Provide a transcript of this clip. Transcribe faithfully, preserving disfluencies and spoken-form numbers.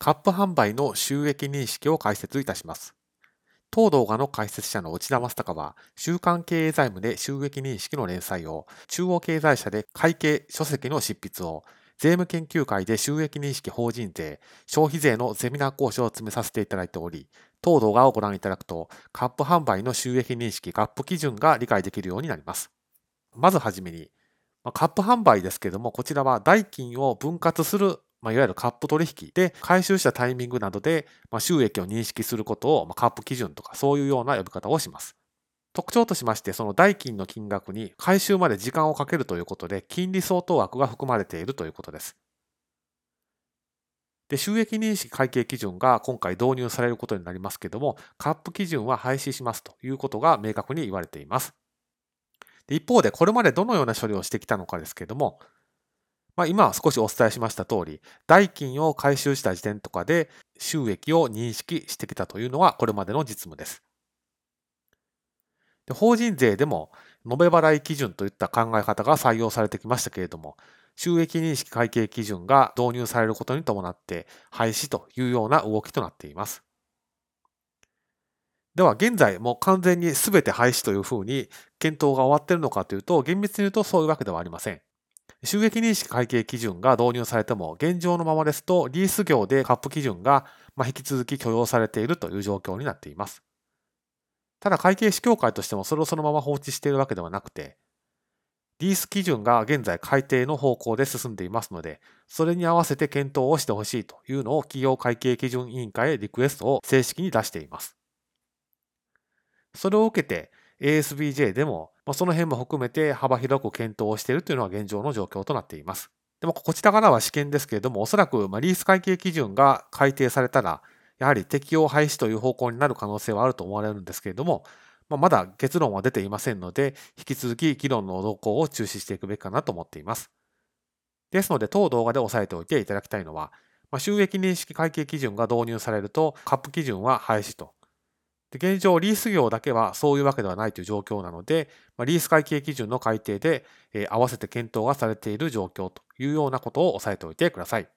カップ販売の収益認識を解説いたします。当動画の解説者の内田正孝は、週刊経営財務で収益認識の連載を、中央経済社で会計書籍の執筆を、税務研究会で収益認識法人税、消費税のゼミナー講師を詰めさせていただいており、当動画をご覧いただくと、カップ販売の収益認識ガップ基準が理解できるようになります。まずはじめに、カップ販売ですけれども、こちらは代金を分割する、まあ、いわゆるカップ取引で回収したタイミングなどで、まあ、収益を認識することを、まあ、カップ基準とかそういうような呼び方をします。特徴としまして、その代金の金額に回収まで時間をかけるということで、金利相当額が含まれているということです。で、収益認識会計基準が今回導入されることになりますけれども、カップ基準は廃止しますということが明確に言われています。で、一方で、これまでどのような処理をしてきたのかですけれども、まあ、今は少しお伝えしました通り、代金を回収した時点とかで収益を認識してきたというのはこれまでの実務です。で、法人税でも延べ払い基準といった考え方が採用されてきましたけれども、収益認識会計基準が導入されることに伴って廃止というような動きとなっています。では現在もう完全に全て廃止というふうに検討が終わっているのかというと、厳密に言うとそういうわけではありません。収益認識会計基準が導入されても、現状のままですと、リース業でカップ基準が引き続き許容されているという状況になっています。ただ、会計士協会としてもそれをそのまま放置しているわけではなくて、リース基準が現在改定の方向で進んでいますので、それに合わせて検討をしてほしいというのを企業会計基準委員会へリクエストを正式に出しています。それを受けて、エーエスビージェー でも、まあ、その辺も含めて幅広く検討をしているというのが現状の状況となっています。でも、こちらからは試験ですけれども、おそらく、まあ、リース会計基準が改定されたら、やはり適用廃止という方向になる可能性はあると思われるんですけれども、まあ、まだ結論は出ていませんので、引き続き議論の動向を注視していくべきかなと思っています。ですので、当動画で押さえておいていただきたいのは、まあ、収益認識会計基準が導入されると、カップ基準は廃止と。で、現状、リース業だけはそういうわけではないという状況なので、まあ、リース会計基準の改定で、えー合わせて検討がされている状況というようなことを押さえておいてください。